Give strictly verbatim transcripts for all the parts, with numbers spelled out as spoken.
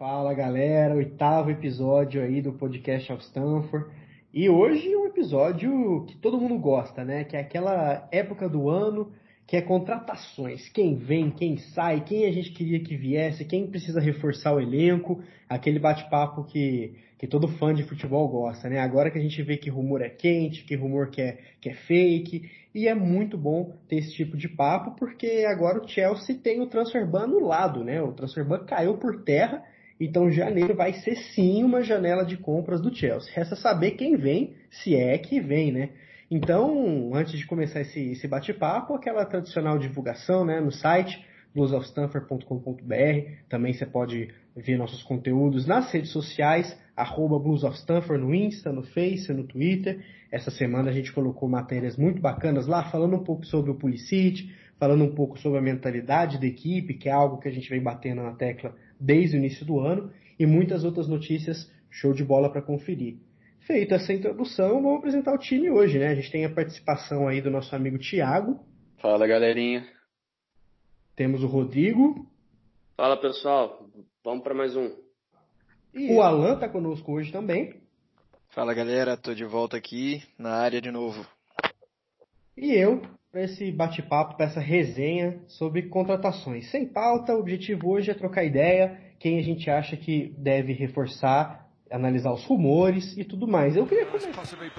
Fala galera, oitavo episódio aí do podcast of Stanford. E hoje é um episódio que todo mundo gosta, né? Que é aquela época do ano que é contratações. Quem vem, quem sai, quem a gente queria que viesse, quem precisa reforçar o elenco. Aquele bate-papo que, que todo fã de futebol gosta, né? Agora que a gente vê que rumor é quente, que rumor que é, que é fake. E é muito bom ter esse tipo de papo, porque agora o Chelsea tem o transfer ban anulado, né? O transfer ban caiu por terra. Então janeiro vai ser sim uma janela de compras do Chelsea. Resta saber quem vem, se é que vem, né? Então, antes de começar esse, esse bate-papo, aquela tradicional divulgação, né, no site blues of stanford ponto com ponto b r. Também você pode ver nossos conteúdos nas redes sociais, arroba Blues of Stanford no Insta, no Face, no Twitter. Essa semana a gente colocou matérias muito bacanas lá, falando um pouco sobre o Pulisic, falando um pouco sobre a mentalidade da equipe, que é algo que a gente vem batendo na tecla desde o início do ano, e muitas outras notícias show de bola para conferir. Feita essa introdução, vamos apresentar o time hoje, né? A gente tem a participação aí do nosso amigo Thiago. Fala, galerinha. Temos o Rodrigo. Fala, pessoal. Vamos para mais um. E o Alan tá conosco hoje também. Fala, galera. Tô de volta aqui na área de novo. E eu, para esse bate-papo, para essa resenha sobre contratações. Sem pauta, o objetivo hoje é trocar ideia, quem a gente acha que deve reforçar, analisar os rumores e tudo mais. Eu queria começar...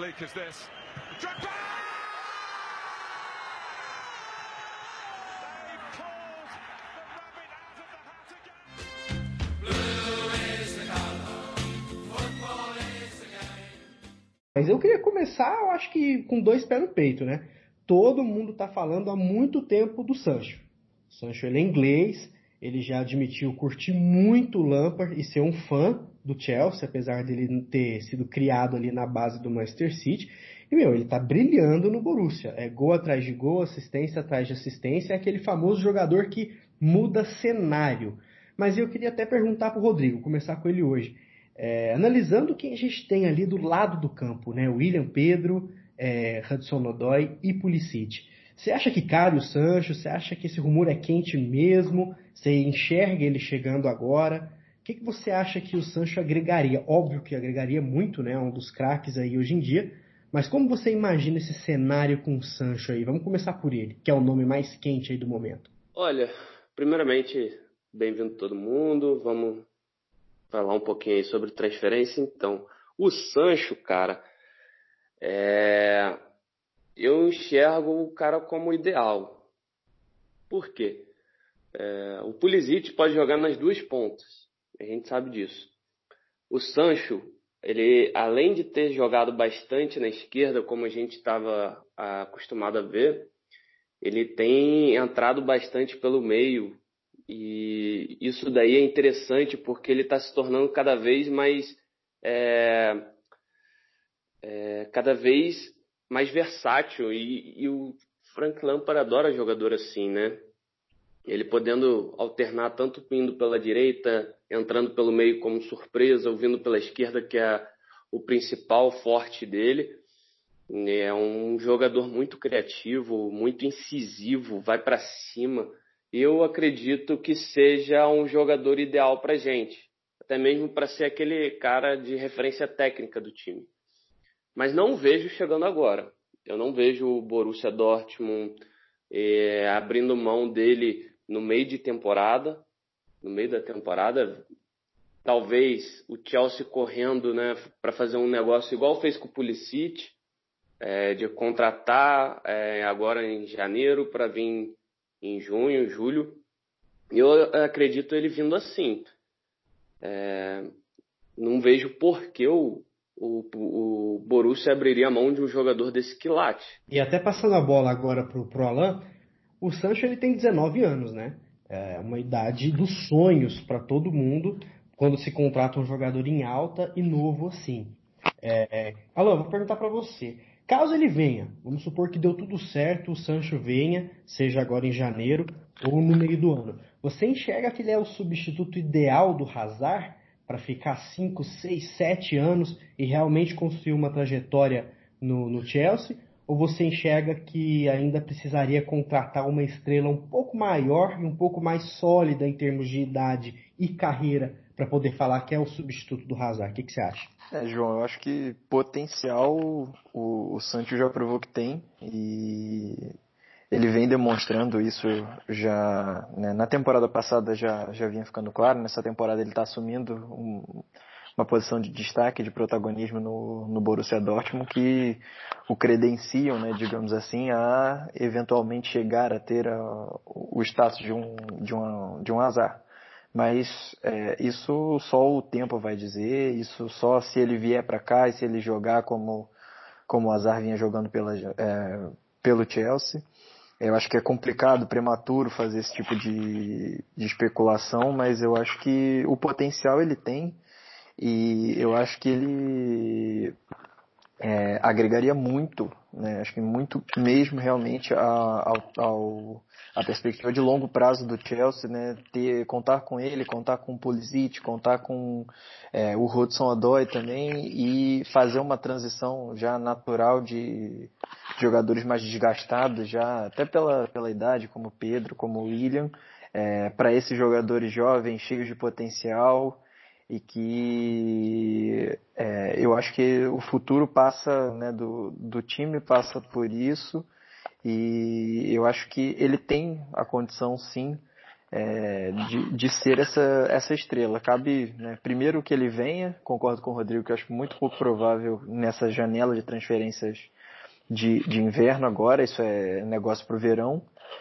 Mas eu queria começar, eu acho que com dois pés no peito, né? Todo mundo está falando há muito tempo do Sancho. O Sancho ele é inglês, ele já admitiu curtir muito o Lampard e ser um fã do Chelsea, apesar dele ter sido criado ali na base do Manchester City. E, meu, ele tá brilhando no Borussia. É gol atrás de gol, assistência atrás de assistência, é aquele famoso jogador que muda cenário. Mas eu queria até perguntar pro Rodrigo, começar com ele hoje. É, analisando quem a gente tem ali do lado do campo, né? William Pedro, é, Hudson-Odoi e Pulisic. Você acha que cabe o Sancho? Você acha que esse rumor é quente mesmo? Você enxerga ele chegando agora? O que, que você acha que o Sancho agregaria? Óbvio que agregaria muito, né? É um dos craques aí hoje em dia. Mas como você imagina esse cenário com o Sancho aí? Vamos começar por ele, que é o nome mais quente aí do momento. Olha, primeiramente, bem-vindo todo mundo. Vamos falar um pouquinho aí sobre transferência. Então, o Sancho, cara, é... eu enxergo o cara como ideal. Por quê? É... O Pulisic pode jogar nas duas pontas. A gente sabe disso. O Sancho, ele, além de ter jogado bastante na esquerda, como a gente estava acostumado a ver, ele tem entrado bastante pelo meio. E isso daí é interessante porque ele está se tornando cada vez mais é, é, cada vez mais versátil e, e o Frank Lampard adora jogador assim, né? Ele podendo alternar tanto indo pela direita, entrando pelo meio como surpresa, ou vindo pela esquerda, que é o principal forte dele. É um jogador muito criativo, muito incisivo, vai para cima. Eu acredito que seja um jogador ideal para a gente, até mesmo para ser aquele cara de referência técnica do time. Mas não vejo chegando agora. Eu não vejo o Borussia Dortmund é, abrindo mão dele no meio de temporada, no meio da temporada. Talvez o Chelsea correndo, né, para fazer um negócio igual fez com o Pulisic, é, de contratar é, agora em janeiro para vir em junho, julho. Eu acredito ele vindo assim. É, não vejo por que o, o, o Borussia abriria a mão de um jogador desse quilate. E até passando a bola agora pro, pro Alan, o Sancho ele tem dezenove anos, né? É uma idade dos sonhos para todo mundo quando se contrata um jogador em alta e novo assim. É, é... Alan, vou perguntar para você. Caso ele venha, vamos supor que deu tudo certo, o Sancho venha, seja agora em janeiro ou no meio do ano. Você enxerga que ele é o substituto ideal do Hazard para ficar cinco, seis, sete anos e realmente construir uma trajetória no, no Chelsea? Ou você enxerga que ainda precisaria contratar uma estrela um pouco maior e um pouco mais sólida em termos de idade e carreira para poder falar que é o substituto do Hazard. O que, que você acha? É, João, eu acho que potencial o, o Sancho já provou que tem e ele vem demonstrando isso já, né, na temporada passada já, já vinha ficando claro, nessa temporada ele está assumindo um, uma posição de destaque, de protagonismo no, no Borussia Dortmund que o credenciam, né, digamos assim, a eventualmente chegar a ter a, o status de um, de uma, de um Hazard. Mas é, isso só o tempo vai dizer, isso só se ele vier para cá e se ele jogar como, como o Hazard vinha jogando pela, é, pelo Chelsea. Eu acho que é complicado, prematuro fazer esse tipo de, de especulação, mas eu acho que o potencial ele tem e eu acho que ele é, agregaria muito, né? Acho que muito mesmo realmente a, ao, ao, a perspectiva de longo prazo do Chelsea, né? Ter, contar com ele, contar com o Pulisic, contar com é, o Hudson-Odoi também e fazer uma transição já natural de jogadores mais desgastados, já até pela, pela idade, como o Pedro, como o William, é, para esses jogadores jovens, cheios de potencial e que é, eu acho que o futuro passa, né, do, do time passa por isso e eu acho que ele tem a condição sim é, de, de ser essa, essa estrela. Cabe, né, primeiro que ele venha, concordo com o Rodrigo que eu acho muito pouco provável nessa janela de transferências de, de inverno agora, isso é negócio para o verão,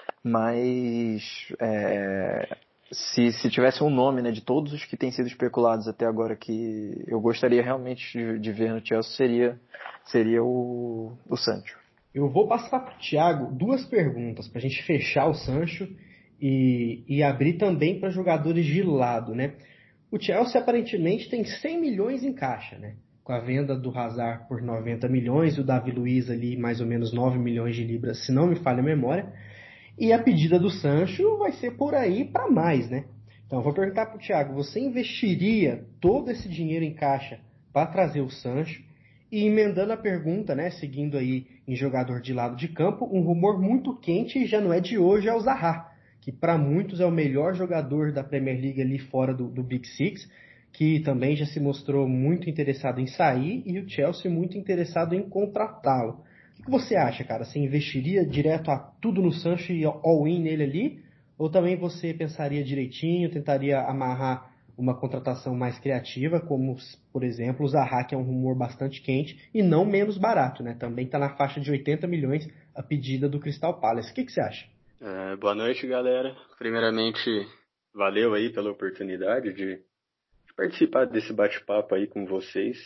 mas é, se, se tivesse um nome, né, de todos os que têm sido especulados até agora que eu gostaria realmente de, de ver no Chelsea, seria, seria o, o Sancho. Eu vou passar para o Thiago duas perguntas para a gente fechar o Sancho e, e abrir também para jogadores de lado, né? O Chelsea aparentemente tem cem milhões em caixa, né? Com a venda do Hazard por noventa milhões, o Davi Luiz ali mais ou menos nove milhões de libras, se não me falha a memória. E a pedida do Sancho vai ser por aí para mais, né? Então eu vou perguntar para o Thiago, você investiria todo esse dinheiro em caixa para trazer o Sancho? E emendando a pergunta, né, seguindo aí em jogador de lado de campo, um rumor muito quente e já não é de hoje, é o Zaha, que para muitos é o melhor jogador da Premier League ali fora do, do Big Six, que também já se mostrou muito interessado em sair e o Chelsea muito interessado em contratá-lo. O que você acha, cara? Você investiria direto a tudo no Sancho e all-in nele ali? Ou também você pensaria direitinho, tentaria amarrar uma contratação mais criativa, como, por exemplo, o Zaha, que é um rumor bastante quente e não menos barato, né? Também está na faixa de oitenta milhões a pedida do Crystal Palace. O que, que você acha? É, boa noite, galera. Primeiramente, valeu aí pela oportunidade de, de participar desse bate-papo aí com vocês.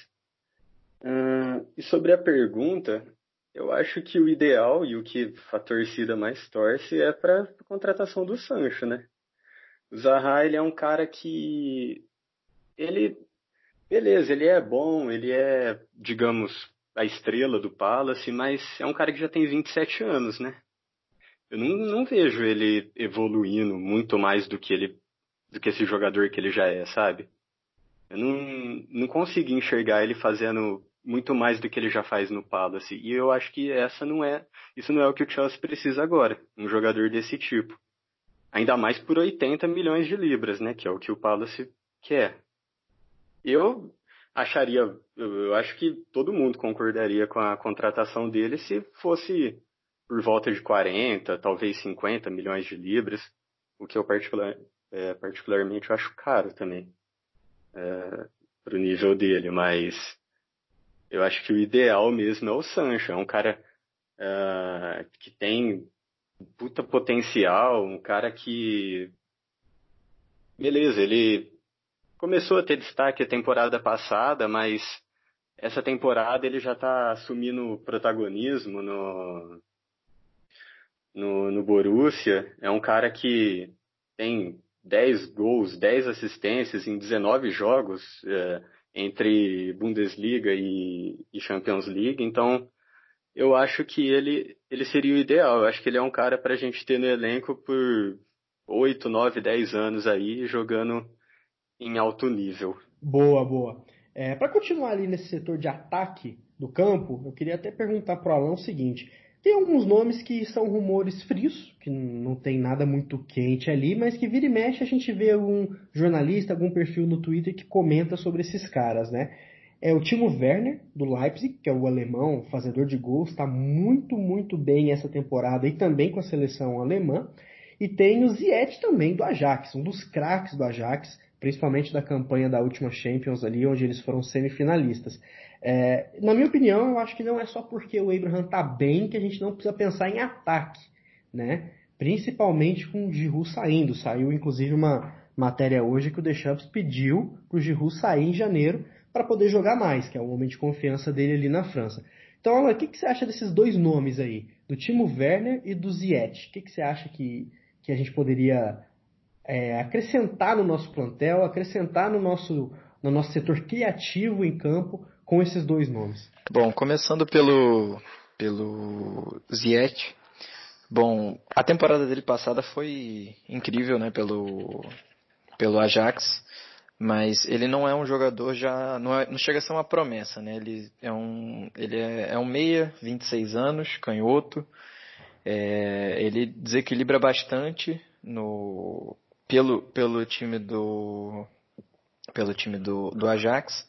Hum, e sobre a pergunta, eu acho que o ideal e o que a torcida mais torce é para a contratação do Sancho, né? O Zaha, ele é um cara que ele, beleza, ele é bom, ele é, digamos, a estrela do Palace, mas é um cara que já tem vinte e sete anos, né? Eu não, não vejo ele evoluindo muito mais do que ele, do que esse jogador que ele já é, sabe? Eu não, não consegui enxergar ele fazendo muito mais do que ele já faz no Palace. E eu acho que essa não é, isso não é o que o Chelsea precisa agora, um jogador desse tipo. Ainda mais por oitenta milhões de libras, né? Que é o que o Palace quer. Eu acharia, eu, eu acho que todo mundo concordaria com a contratação dele se fosse por volta de quarenta, talvez cinquenta milhões de libras, o que eu particular, é, particularmente eu acho caro também, é, pro nível dele, mas eu acho que o ideal mesmo é o Sancho, é um cara é, que tem puta potencial, um cara que, beleza, ele começou a ter destaque a temporada passada, mas essa temporada ele já está assumindo protagonismo no, no, no Borussia. É um cara que tem dez gols, dez assistências em dezenove jogos é, entre Bundesliga e, e Champions League. Então, eu acho que ele, ele seria o ideal. Eu acho que ele é um cara para a gente ter no elenco por oito, nove, dez anos aí, jogando em alto nível. Boa, boa. É, para continuar ali nesse setor de ataque do campo, eu queria até perguntar para o Alan o seguinte: Tem alguns nomes que são rumores frios, que não tem nada muito quente ali, mas que vira e mexe a gente vê algum jornalista, algum perfil no Twitter que comenta sobre esses caras, né? É o Timo Werner, do Leipzig, que é o alemão, fazedor de gols, está muito, muito bem essa temporada e também com a seleção alemã. E tem o Ziyech também, do Ajax, um dos craques do Ajax, principalmente da campanha da última Champions ali, onde eles foram semifinalistas. É, na minha opinião, eu acho que não é só porque o Abraham tá bem que a gente não precisa pensar em ataque, né? Principalmente com o Giroud saindo. Saiu, inclusive, uma matéria hoje que o Deschamps pediu pro Giroud sair em janeiro para poder jogar mais, que é o momento de confiança dele ali na França. Então, Alan, o que, que você acha desses dois nomes aí? Do Timo Werner e do Ziyech? O que, que você acha que, que a gente poderia é, acrescentar no nosso plantel, acrescentar no nosso, no nosso setor criativo em campo com esses dois nomes? Bom, começando pelo, pelo Ziyech. Bom, a temporada dele passada foi incrível, né, pelo, pelo Ajax, mas ele não é um jogador já, não, é, não chega a ser uma promessa, né, ele é um, ele é, é um meia, vinte e seis anos, canhoto, é, ele desequilibra bastante no, pelo, pelo time do, pelo time do, do Ajax,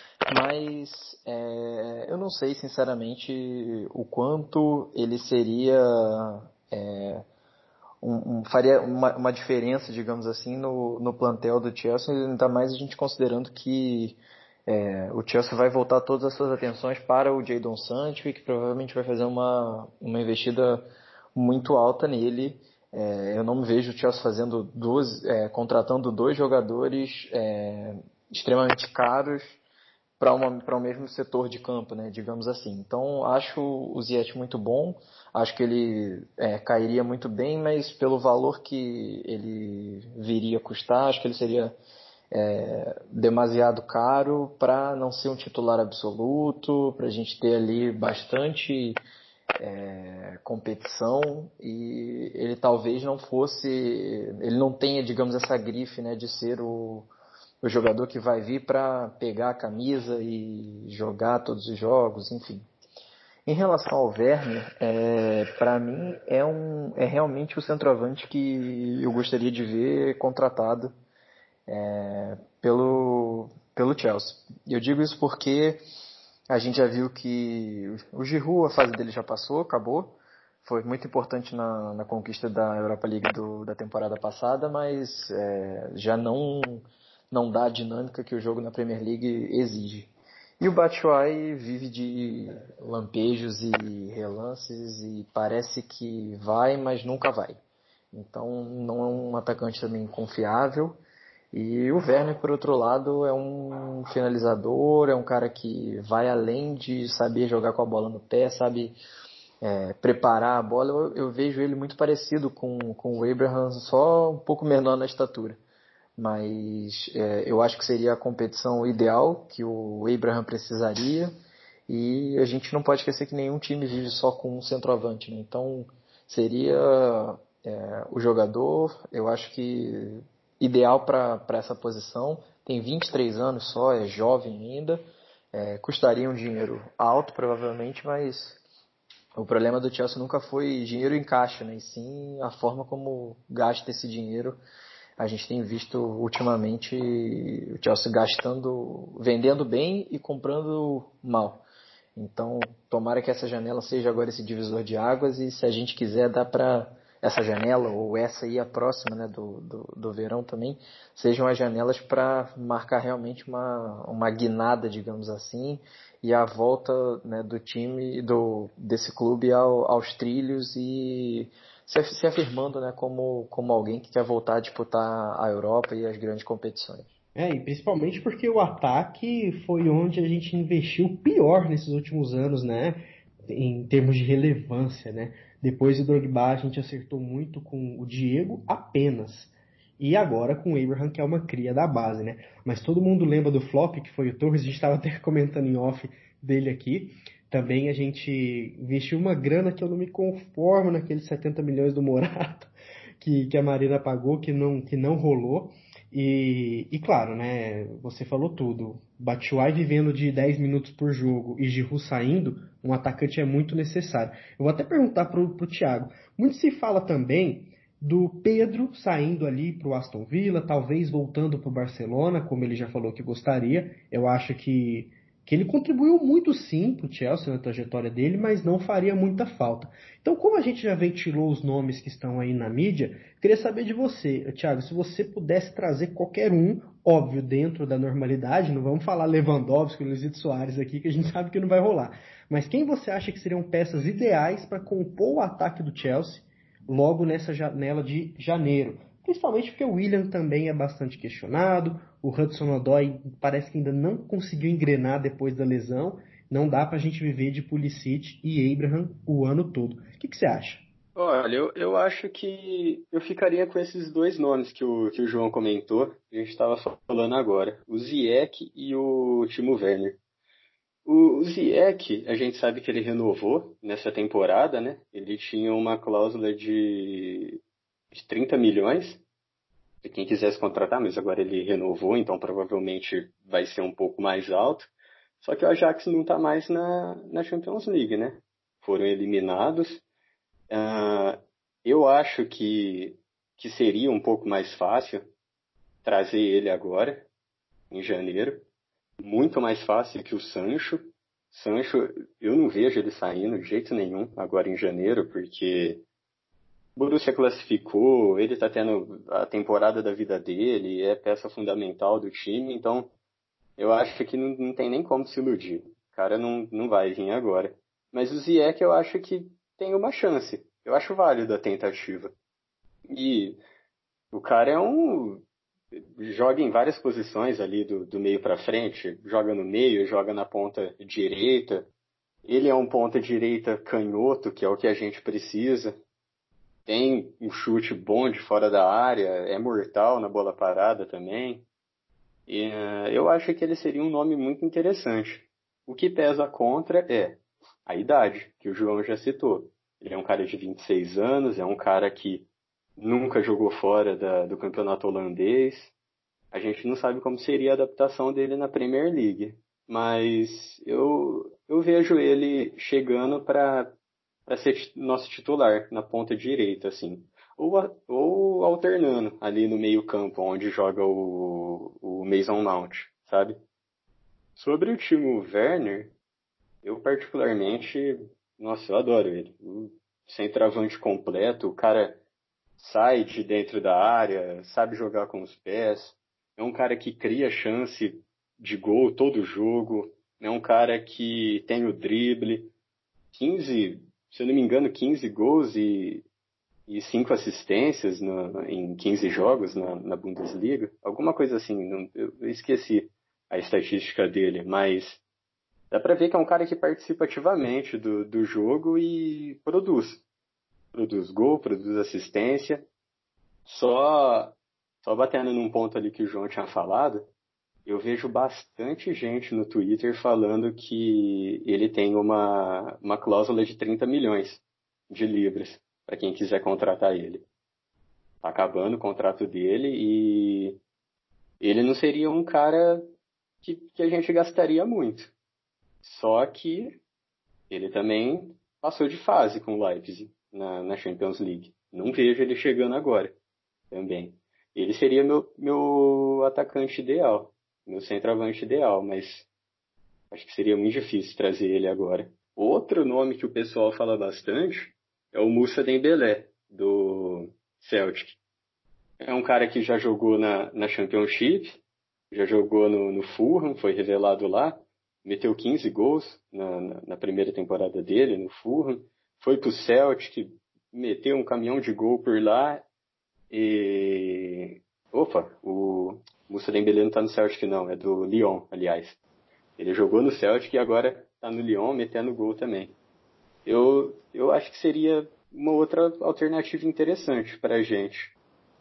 mas é, eu não sei sinceramente o quanto ele seria é, um, um, faria uma, uma diferença, digamos assim, no, no plantel do Chelsea, ainda mais a gente considerando que é, o Chelsea vai voltar todas as suas atenções para o Jadon Sancho e que provavelmente vai fazer uma, uma investida muito alta nele. É, eu não me vejo o Chelsea fazendo duas, é, contratando dois jogadores é, extremamente caros para o mesmo setor de campo, né, digamos assim. Então, acho o Ziyech muito bom, acho que ele é, cairia muito bem, mas pelo valor que ele viria a custar, acho que ele seria é, demasiado caro para não ser um titular absoluto, para a gente ter ali bastante é, competição, e ele talvez não fosse, ele não tenha, digamos, essa grife, né, de ser o o jogador que vai vir para pegar a camisa e jogar todos os jogos, enfim. Em relação ao Werner, é, para mim é, um, é realmente o centroavante que eu gostaria de ver contratado é, pelo, pelo Chelsea. Eu digo isso porque a gente já viu que o Giroud, a fase dele já passou, acabou. Foi muito importante na, na conquista da Europa League do, da temporada passada, mas é, já não não dá a dinâmica que o jogo na Premier League exige. E o Batshuayi vive de lampejos e relances e parece que vai, mas nunca vai. Então não é um atacante também confiável. E o Werner, por outro lado, é um finalizador, é um cara que vai além de saber jogar com a bola no pé, sabe é, preparar a bola. Eu, eu vejo ele muito parecido com, com o Abraham, só um pouco menor na estatura. Mas é, eu acho que seria a competição ideal que o Abraham precisaria, e a gente não pode esquecer que nenhum time vive só com um centroavante, né? Então seria é, o jogador, eu acho que ideal para essa posição. Tem vinte e três anos só, é jovem ainda, é, custaria um dinheiro alto provavelmente, mas o problema do Chelsea nunca foi dinheiro em caixa, né? E sim a forma como gasta esse dinheiro. A gente tem visto ultimamente o Chelsea gastando, vendendo bem e comprando mal. Então, tomara que essa janela seja agora esse divisor de águas, e se a gente quiser dar para essa janela, ou essa aí a próxima, né, do, do, do verão também, sejam as janelas para marcar realmente uma, uma guinada, digamos assim, e a volta, né, do time, do, desse clube ao, aos trilhos e se, se afirmando, né, como, como alguém que quer voltar a disputar a Europa e as grandes competições. É, e principalmente porque o ataque foi onde a gente investiu pior nesses últimos anos, né? Em termos de relevância, né? Depois do Drogba a gente acertou muito com o Diego apenas. E agora com o Abraham, que é uma cria da base, né? Mas todo mundo lembra do flop, que foi o Torres, a gente estava até comentando em off dele aqui. Também a gente investiu uma grana que eu não me conformo naqueles setenta milhões do Morata que, que a Marina pagou, que não, que não rolou. E, e claro, né, você falou tudo. Batshuayi vivendo de dez minutos por jogo e Giroud saindo, um atacante é muito necessário. Eu vou até perguntar pro, pro Thiago. Muito se fala também do Pedro saindo ali pro Aston Villa, talvez voltando pro Barcelona, como ele já falou que gostaria. Eu acho que, que ele contribuiu muito sim pro Chelsea na trajetória dele, mas não faria muita falta. Então, como a gente já ventilou os nomes que estão aí na mídia, queria saber de você, Thiago, se você pudesse trazer qualquer um, óbvio, dentro da normalidade, não vamos falar Lewandowski, Luizito Soares aqui, que a gente sabe que não vai rolar. Mas quem você acha que seriam peças ideais para compor o ataque do Chelsea logo nessa janela de janeiro? Principalmente porque o Willian também é bastante questionado, o Hudson-Odoi parece que ainda não conseguiu engrenar depois da lesão, não dá para a gente viver de Pulisic e Abraham o ano todo. O que, que você acha? Olha, eu, eu acho que eu ficaria com esses dois nomes que o, que o João comentou, que a gente estava falando agora, o Ziyech e o Timo Werner. O, o Ziyech, a gente sabe que ele renovou nessa temporada, né? Ele tinha uma cláusula de, de trinta milhões, de quem quisesse contratar, mas agora ele renovou, então provavelmente vai ser um pouco mais alto. Só que o Ajax não está mais na, na Champions League, né? Foram eliminados. Uh, eu acho que, que seria um pouco mais fácil trazer ele agora, em janeiro. Muito mais fácil que o Sancho. Sancho, eu não vejo ele saindo de jeito nenhum agora em janeiro, porque o Borussia classificou, ele está tendo a temporada da vida dele, é peça fundamental do time, então eu acho que não, não tem nem como se iludir. O cara não, não vai vir agora. Mas o Ziyech eu acho que tem uma chance. Eu acho válido a tentativa. E o cara é um... joga em várias posições ali do, do meio para frente. Joga no meio, joga na ponta direita. Ele é um ponta direita canhoto, que é o que a gente precisa. Tem um chute bom de fora da área. É mortal na bola parada também. E, uh, eu acho que ele seria um nome muito interessante. O que pesa contra é a idade, que o João já citou. Ele é um cara de vinte e seis anos, é um cara que nunca jogou fora da, do campeonato holandês. A gente não sabe como seria a adaptação dele na Premier League, mas eu, eu vejo ele chegando para ser nosso titular na ponta direita, assim. Ou, ou alternando ali no meio campo, onde joga o, o Mason Mount, sabe? Sobre o Timo Werner, eu particularmente, nossa, eu adoro ele. O centroavante completo, o cara sai de dentro da área, sabe jogar com os pés, é um cara que cria chance de gol todo jogo, é um cara que tem o drible, quinze, se eu não me engano, quinze gols e, e cinco assistências no, em quinze jogos na, na Bundesliga, alguma coisa assim, não, eu, eu esqueci a estatística dele, mas dá pra ver que é um cara que participa ativamente do, do jogo e produz. Produz gol, produz assistência. Só, só batendo num ponto ali que o João tinha falado, eu vejo bastante gente no Twitter falando que ele tem uma, uma cláusula de trinta milhões de libras para quem quiser contratar ele. Tá acabando o contrato dele e ele não seria um cara que, que a gente gastaria muito. Só que ele também passou de fase com o Leipzig na, na Champions League. Não vejo ele chegando agora também. Ele seria meu, meu atacante ideal, meu centroavante ideal, mas acho que seria muito difícil trazer ele agora. Outro nome que o pessoal fala bastante é o Moussa Dembélé, do Celtic. É um cara que já jogou na, na Championship, já jogou no, no Fulham, foi revelado lá, meteu quinze gols na, na, na primeira temporada dele no Fulham, foi pro Celtic, meteu um caminhão de gol por lá e... Opa, o Moussa Dembélé não tá no Celtic não, é do Lyon, aliás. Ele jogou no Celtic e agora tá no Lyon metendo gol também. Eu, eu acho que seria uma outra alternativa interessante pra gente.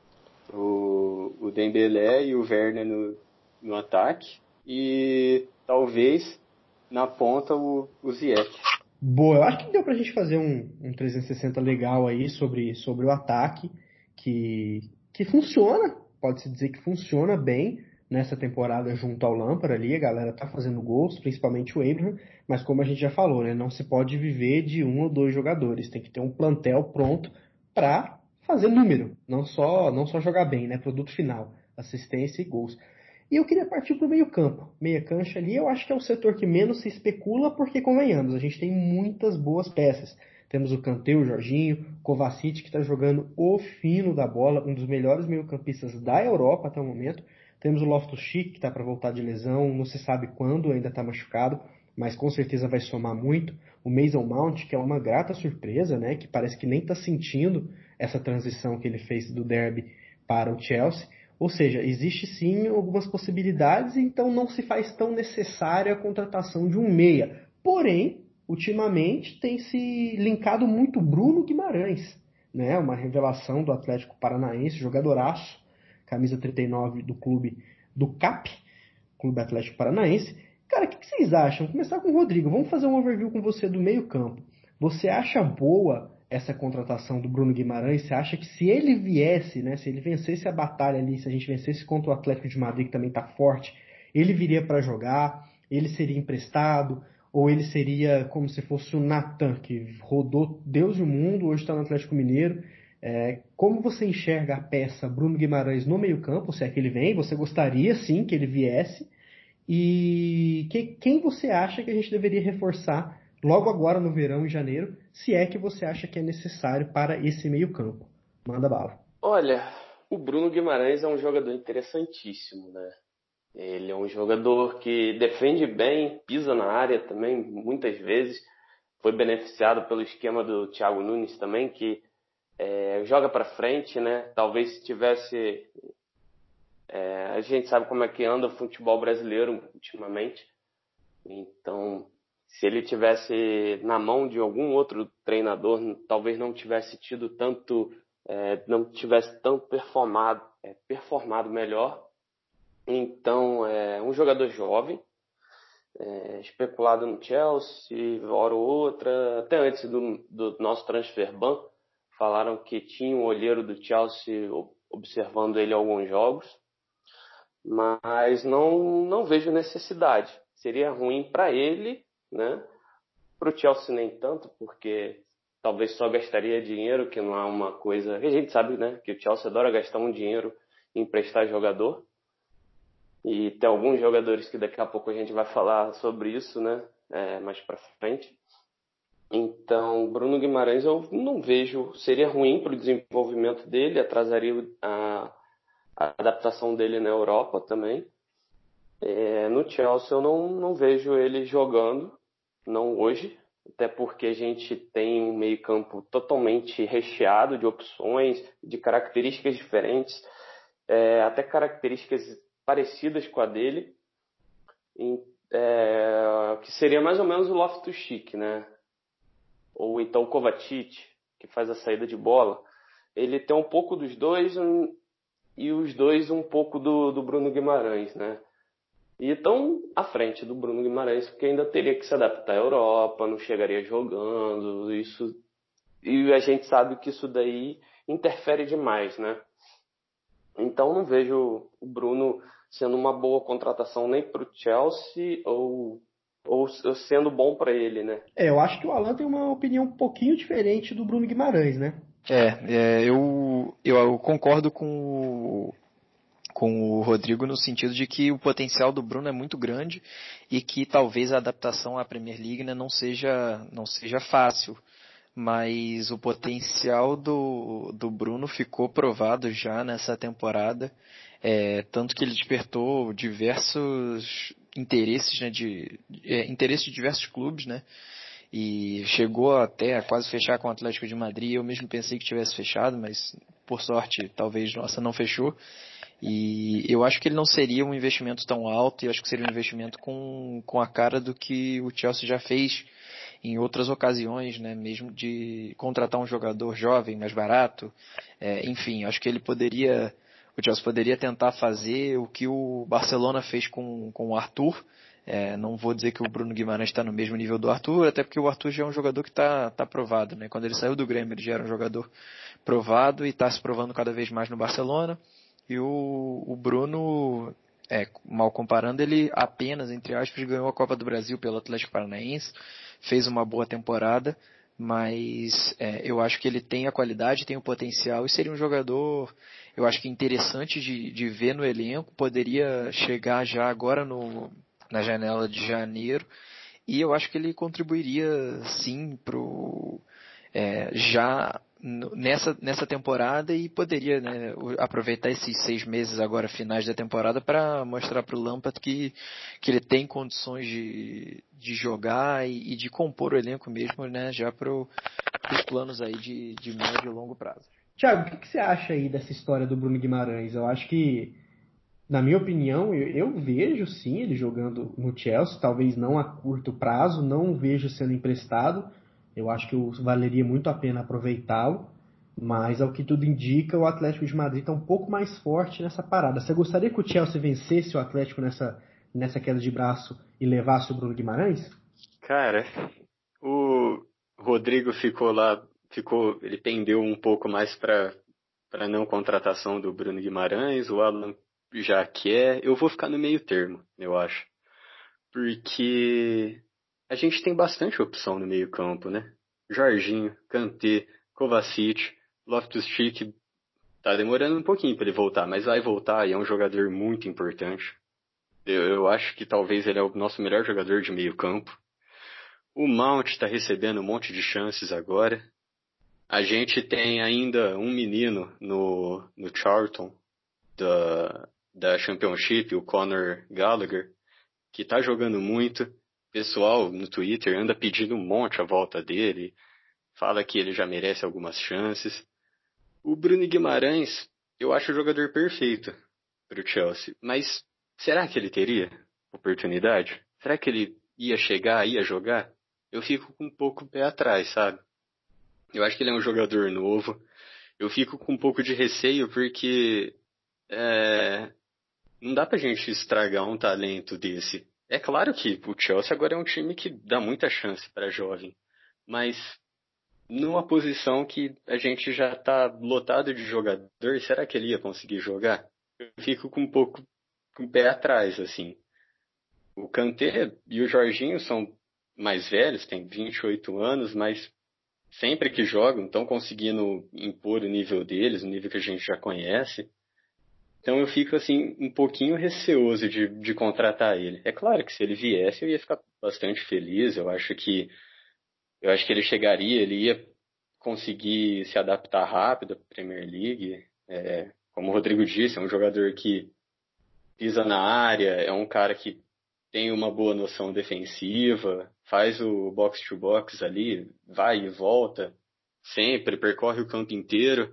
O, o Dembélé e o Werner no, no ataque e talvez na ponta o, o Ziyech. Boa, eu acho que deu pra gente fazer um, um trezentos e sessenta legal aí sobre, sobre o ataque, que, que funciona, pode-se dizer que funciona bem nessa temporada junto ao Lampard ali, a galera tá fazendo gols, principalmente o Abraham, mas como a gente já falou, né, não se pode viver de um ou dois jogadores, tem que ter um plantel pronto para fazer número, não só, não só jogar bem, né, produto final, assistência e gols. E eu queria partir para o meio campo, meia cancha ali, eu acho que é o setor que menos se especula, porque convenhamos, a gente tem muitas boas peças. Temos o Kanté, o Jorginho, Kovacic, que está jogando o fino da bola, um dos melhores meio-campistas da Europa até o momento. Temos o Loftus-Cheek, que está para voltar de lesão, não se sabe quando, ainda está machucado, mas com certeza vai somar muito. O Mason Mount, que é uma grata surpresa, né, que parece que nem está sentindo essa transição que ele fez do Derby para o Chelsea. Ou seja, existe sim algumas possibilidades, então não se faz tão necessária a contratação de um meia. Porém, ultimamente tem se linkado muito Bruno Guimarães, né? Uma revelação do Atlético Paranaense, jogadoraço, camisa trinta e nove do clube do C A P, Clube Atlético Paranaense. Cara, o que, que vocês acham? Vou começar com o Rodrigo, vamos fazer um overview com você do meio campo. Você acha boa essa contratação do Bruno Guimarães? Você acha que se ele viesse, né, se ele vencesse a batalha ali, se a gente vencesse contra o Atlético de Madrid, que também está forte, ele viria para jogar, ele seria emprestado, ou ele seria como se fosse o Natan, que rodou Deus e o mundo, hoje está no Atlético Mineiro. É, como você enxerga a peça Bruno Guimarães no meio campo, se é que ele vem? Você gostaria sim que ele viesse? E que, quem você acha que a gente deveria reforçar logo agora no verão, em janeiro, se é que você acha que é necessário para esse meio campo? Manda bala. Olha, o Bruno Guimarães é um jogador interessantíssimo, né? Ele é um jogador que defende bem, pisa na área também, muitas vezes. Foi beneficiado pelo esquema do Thiago Nunes também, que é, joga para frente, né? Talvez se tivesse... É, a gente sabe como é que anda o futebol brasileiro ultimamente. Então, se ele tivesse na mão de algum outro treinador, talvez não tivesse tido tanto, é, não tivesse tanto performado, é, performado melhor. Então, é um jogador jovem, é, especulado no Chelsea, hora ou outra, até antes do, do nosso transfer ban, falaram que tinha um olheiro do Chelsea observando ele alguns jogos, mas não, não vejo necessidade. Seria ruim para ele, né? Para o Chelsea nem tanto, porque talvez só gastaria dinheiro, que não é uma coisa... A gente sabe, né, que o Chelsea adora gastar um dinheiro em emprestar jogador. E tem alguns jogadores que daqui a pouco a gente vai falar sobre isso, né? É, mais para frente. Então, Bruno Guimarães eu não vejo, seria ruim para o desenvolvimento dele, atrasaria a, a adaptação dele na Europa também. É, no Chelsea eu não, não vejo ele jogando, não hoje, até porque a gente tem um meio campo totalmente recheado de opções, de características diferentes, é, até características parecidas com a dele, em, é, que seria mais ou menos o Loftus-Cheek, né? Ou então o Kovacic, que faz a saída de bola. Ele tem um pouco dos dois um, e os dois um pouco do, do Bruno Guimarães, né? E estão à frente do Bruno Guimarães, porque ainda teria que se adaptar à Europa, não chegaria jogando, isso, e a gente sabe que isso daí interfere demais, né? Então não vejo o Bruno sendo uma boa contratação nem para o Chelsea ou, ou sendo bom para ele, né? É, eu acho que o Alan tem uma opinião um pouquinho diferente do Bruno Guimarães, né? É, é eu, eu, eu concordo com o, com o Rodrigo no sentido de que o potencial do Bruno é muito grande e que talvez a adaptação à Premier League, né, não seja, não seja fácil. Mas o potencial do, do Bruno ficou provado já nessa temporada, é, tanto que ele despertou diversos interesses, né, de, é, interesse de diversos clubes, né, e chegou até a quase fechar com o Atlético de Madrid. Eu mesmo pensei que tivesse fechado, mas por sorte talvez nossa não fechou. E eu acho que ele não seria um investimento tão alto, e eu acho que seria um investimento com, com a cara do que o Chelsea já fez em outras ocasiões, né, mesmo de contratar um jogador jovem, mais barato. É, enfim, acho que ele poderia, o Chelsea poderia tentar fazer o que o Barcelona fez com, com o Arthur. É, não vou dizer que o Bruno Guimarães está no mesmo nível do Arthur, até porque o Arthur já é um jogador que está tá provado, né? Quando ele saiu do Grêmio, ele já era um jogador provado e está se provando cada vez mais no Barcelona. E o, o Bruno, é, mal comparando, ele apenas, entre aspas, ganhou a Copa do Brasil pelo Atlético Paranaense, fez uma boa temporada, mas é, eu acho que ele tem a qualidade, tem o potencial e seria um jogador, eu acho que interessante de, de ver no elenco, poderia chegar já agora no, na janela de janeiro, e eu acho que ele contribuiria sim pro, é, já nessa, nessa temporada e poderia, né, aproveitar esses seis meses agora finais da temporada para mostrar para o Lampard que, que ele tem condições de, de jogar e, e de compor o elenco mesmo, né, já para os planos aí de, de médio e longo prazo. Thiago, o que, que você acha aí dessa história do Bruno Guimarães? Eu acho que, na minha opinião, eu, eu vejo sim ele jogando no Chelsea, talvez não a curto prazo, não vejo sendo emprestado. Eu acho que valeria muito a pena aproveitá-lo, mas ao que tudo indica, o Atlético de Madrid está um pouco mais forte nessa parada. Você gostaria que o Chelsea vencesse o Atlético nessa, nessa queda de braço e levasse o Bruno Guimarães? Cara, o Rodrigo ficou lá, ficou, ele pendeu um pouco mais para para não contratação do Bruno Guimarães, o Alan já quer. Eu vou ficar no meio termo, eu acho. Porque a gente tem bastante opção no meio campo, né? Jorginho, Kanté, Kovacic, Loftus-Cheek, tá demorando um pouquinho para ele voltar, mas vai voltar e é um jogador muito importante. Eu, eu acho que talvez ele é o nosso melhor jogador de meio campo. O Mount está recebendo um monte de chances agora. A gente tem ainda um menino no, no Charlton da, da Championship, o Conor Gallagher, que tá jogando muito. O pessoal no Twitter anda pedindo um monte a volta dele, fala que ele já merece algumas chances. O Bruno Guimarães, eu acho o jogador perfeito para o Chelsea, mas será que ele teria oportunidade? Será que ele ia chegar, ia jogar? Eu fico com um pouco o pé atrás, sabe? Eu acho que ele é um jogador novo. Eu fico com um pouco de receio porque é, não dá pra gente estragar um talento desse. É claro que o Chelsea agora é um time que dá muita chance para jovem, mas numa posição que a gente já tá lotado de jogador, será que ele ia conseguir jogar? Eu fico com um pouco com o pé atrás, assim. O Kanté e o Jorginho são mais velhos, têm vinte e oito anos, mas sempre que jogam estão conseguindo impor o nível deles, o nível que a gente já conhece. Então eu fico assim um pouquinho receoso de, de contratar ele. É claro que se ele viesse eu ia ficar bastante feliz. Eu acho que eu acho que ele chegaria, ele ia conseguir se adaptar rápido à Premier League. É, como o Rodrigo disse, é um jogador que pisa na área, é um cara que tem uma boa noção defensiva, faz o box to box ali, vai e volta, sempre, percorre o campo inteiro.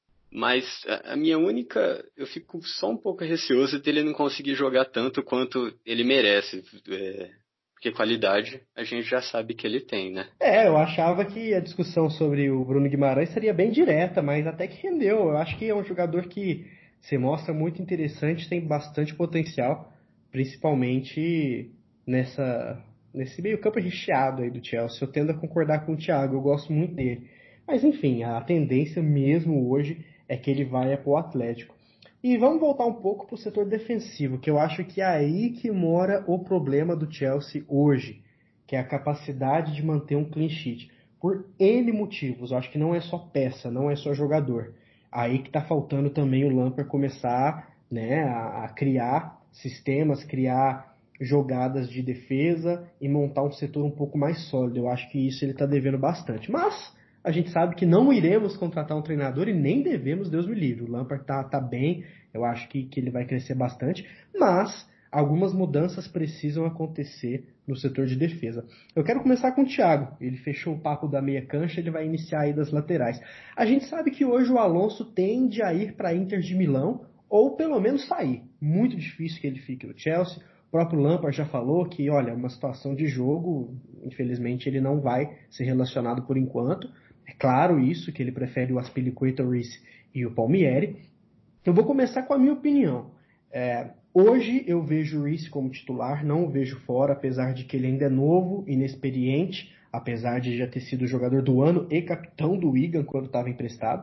Mas a minha única, eu fico só um pouco receoso dele não conseguir jogar tanto quanto ele merece, é, porque qualidade a gente já sabe que ele tem, né? É, eu achava que a discussão sobre o Bruno Guimarães seria bem direta, mas até que rendeu. Eu acho que é um jogador que se mostra muito interessante, tem bastante potencial, principalmente nessa, nesse meio campo recheado aí do Chelsea. Eu tendo a concordar com o Thiago, eu gosto muito dele. Mas enfim, a tendência mesmo hoje é que ele vai para o Atlético. E vamos voltar um pouco para o setor defensivo, que eu acho que é aí que mora o problema do Chelsea hoje, que é a capacidade de manter um clean sheet. Por N motivos, eu acho que não é só peça, não é só jogador. Aí que está faltando também o Lampard começar, né, a, a criar sistemas, criar jogadas de defesa e montar um setor um pouco mais sólido. Eu acho que isso ele está devendo bastante. Mas a gente sabe que não iremos contratar um treinador e nem devemos, Deus me livre. O Lampard tá, tá bem, eu acho que, que ele vai crescer bastante, mas algumas mudanças precisam acontecer no setor de defesa. Eu quero começar com o Thiago. Ele fechou o papo da meia cancha, ele vai iniciar aí das laterais. A gente sabe que hoje o Alonso tende a ir para a Inter de Milão, ou pelo menos sair. Muito difícil que ele fique no Chelsea. O próprio Lampard já falou que, olha, é uma situação de jogo, infelizmente ele não vai ser relacionado por enquanto. É claro isso, que ele prefere o Azpilicueta, o Reece e o Palmieri. Eu vou começar com a minha opinião. É, hoje eu vejo o Reece como titular, não o vejo fora, apesar de que ele ainda é novo, inexperiente, apesar de já ter sido jogador do ano e capitão do Wigan quando estava emprestado.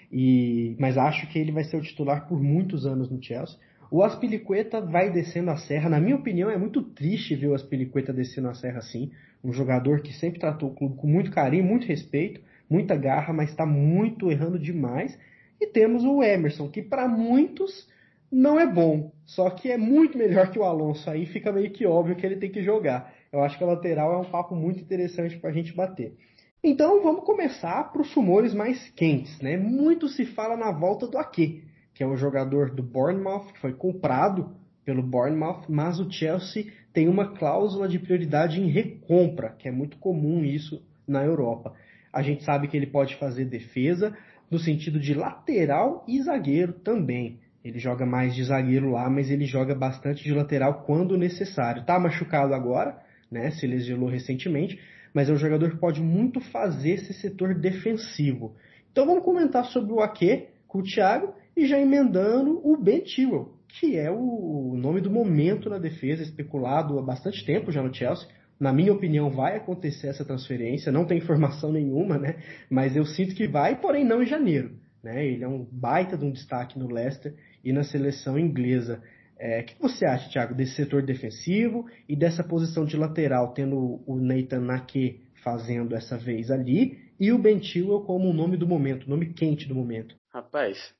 E, mas acho que ele vai ser o titular por muitos anos no Chelsea. O Azpilicueta vai descendo a serra. Na minha opinião, é muito triste ver o Azpilicueta descendo a serra assim. Um jogador que sempre tratou o clube com muito carinho, muito respeito, muita garra, mas está muito errando demais. E temos o Emerson, que para muitos não é bom, só que é muito melhor que o Alonso. Aí fica meio que óbvio que ele tem que jogar. Eu acho que a lateral é um papo muito interessante para a gente bater. Então vamos começar para os rumores mais quentes, né? Muito se fala na volta do Ake, que é um jogador do Bournemouth, que foi comprado pelo Bournemouth, mas o Chelsea tem uma cláusula de prioridade em recompra, que é muito comum isso na Europa. A gente sabe que ele pode fazer defesa, no sentido de lateral e zagueiro também. Ele joga mais de zagueiro lá, mas ele joga bastante de lateral quando necessário. Tá machucado agora, né? Se lesionou recentemente, mas é um jogador que pode muito fazer esse setor defensivo. Então vamos comentar sobre o Ake com o Thiago e já emendando o Ben Chilwell, que é o nome do momento na defesa, especulado há bastante tempo já no Chelsea. Na minha opinião, vai acontecer essa transferência, não tem informação nenhuma, né? Mas eu sinto que vai, porém não em janeiro. Né? Ele é um baita de um destaque no Leicester e na seleção inglesa. É, o que você acha, Thiago, desse setor defensivo e dessa posição de lateral, tendo o Nathan Ake fazendo essa vez ali e o Ben Chilwell como o nome do momento, o nome quente do momento? Rapaz,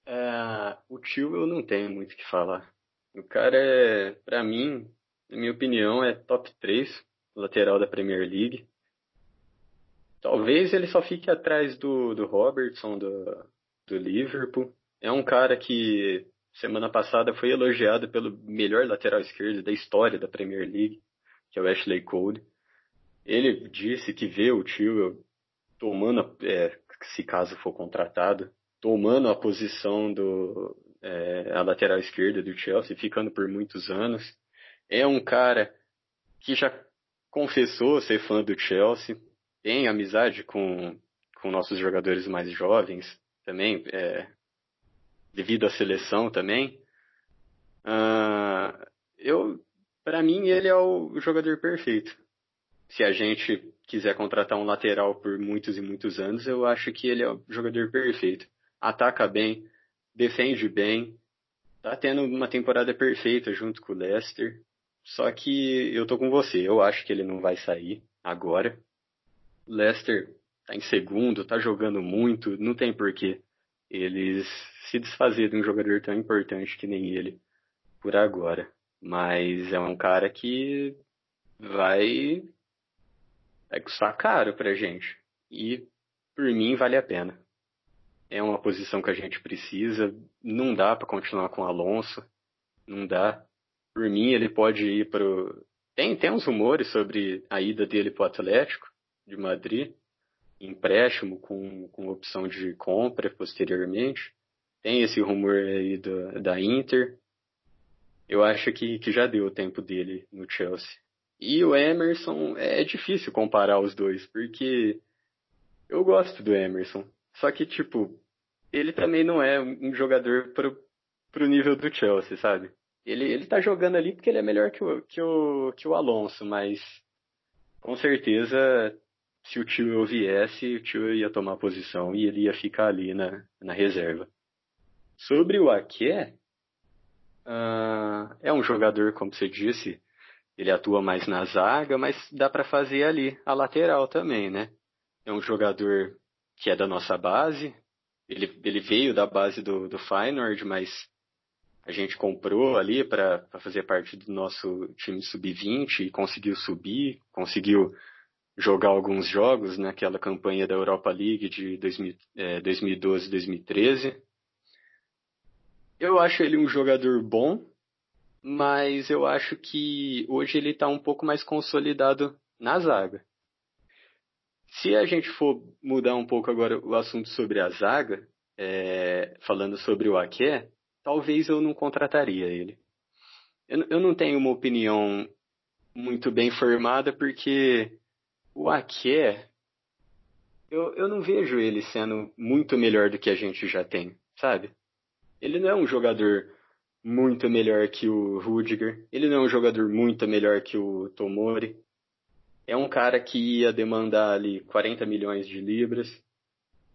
é, o Chilwell não tem muito o que falar. O cara é, pra mim, na minha opinião, é top três lateral da Premier League. Talvez ele só fique atrás do, do Robertson, do, do Liverpool. É um cara que semana passada foi elogiado pelo melhor lateral esquerdo da história da Premier League, que é o Ashley Cole. Ele disse que vê o Chilwell tomando, é, se caso for contratado, tomando a posição do é, a lateral esquerda do Chelsea, ficando por muitos anos. É um cara que já confessou ser fã do Chelsea, tem amizade com, com nossos jogadores mais jovens também, é, devido à seleção também. Uh, eu, para mim, ele é o jogador perfeito. Se a gente quiser contratar um lateral por muitos e muitos anos, eu acho que ele é o jogador perfeito. Ataca bem, defende bem, tá tendo uma temporada perfeita junto com o Leicester. Só que eu tô com você, eu acho que ele não vai sair agora. O Leicester tá em segundo, tá jogando muito, não tem porquê eles se desfazer de um jogador tão importante que nem ele por agora. Mas é um cara que vai, vai custar caro pra gente. E, por mim, vale a pena. É uma posição que a gente precisa. Não dá pra continuar com o Alonso. Não dá. Por mim, ele pode ir pro... Tem, tem uns rumores sobre a ida dele pro Atlético de Madrid. Empréstimo com, com opção de compra posteriormente. Tem esse rumor aí do, da Inter. Eu acho que, que já deu o tempo dele no Chelsea. E o Emerson, é difícil comparar os dois, porque eu gosto do Emerson. Só que, tipo, ele também não é um jogador pro, pro nível do Chelsea, sabe? Ele, ele tá jogando ali porque ele é melhor que o, que o, que o Alonso, mas com certeza, se o Chilwell viesse, o Chilwell ia tomar posição e ele ia ficar ali na, na reserva. Sobre o Ake, uh, é um jogador, como você disse, ele atua mais na zaga, mas dá para fazer ali a lateral também, né? É um jogador que é da nossa base, ele, ele veio da base do, do Feyenoord, mas a gente comprou ali para fazer parte do nosso time sub vinte e conseguiu subir, conseguiu jogar alguns jogos naquela campanha da Europa League de dois mil, é, dois mil e doze, dois mil e treze. Eu acho ele um jogador bom, mas eu acho que hoje ele está um pouco mais consolidado na zaga. Se a gente for mudar um pouco agora o assunto sobre a zaga, é, falando sobre o Ake, talvez eu não contrataria ele. Eu, eu não tenho uma opinião muito bem formada, porque o Ake, eu, eu não vejo ele sendo muito melhor do que a gente já tem, sabe? Ele não é um jogador muito melhor que o Rudiger, ele não é um jogador muito melhor que o Tomori. É um cara que ia demandar ali quarenta milhões de libras.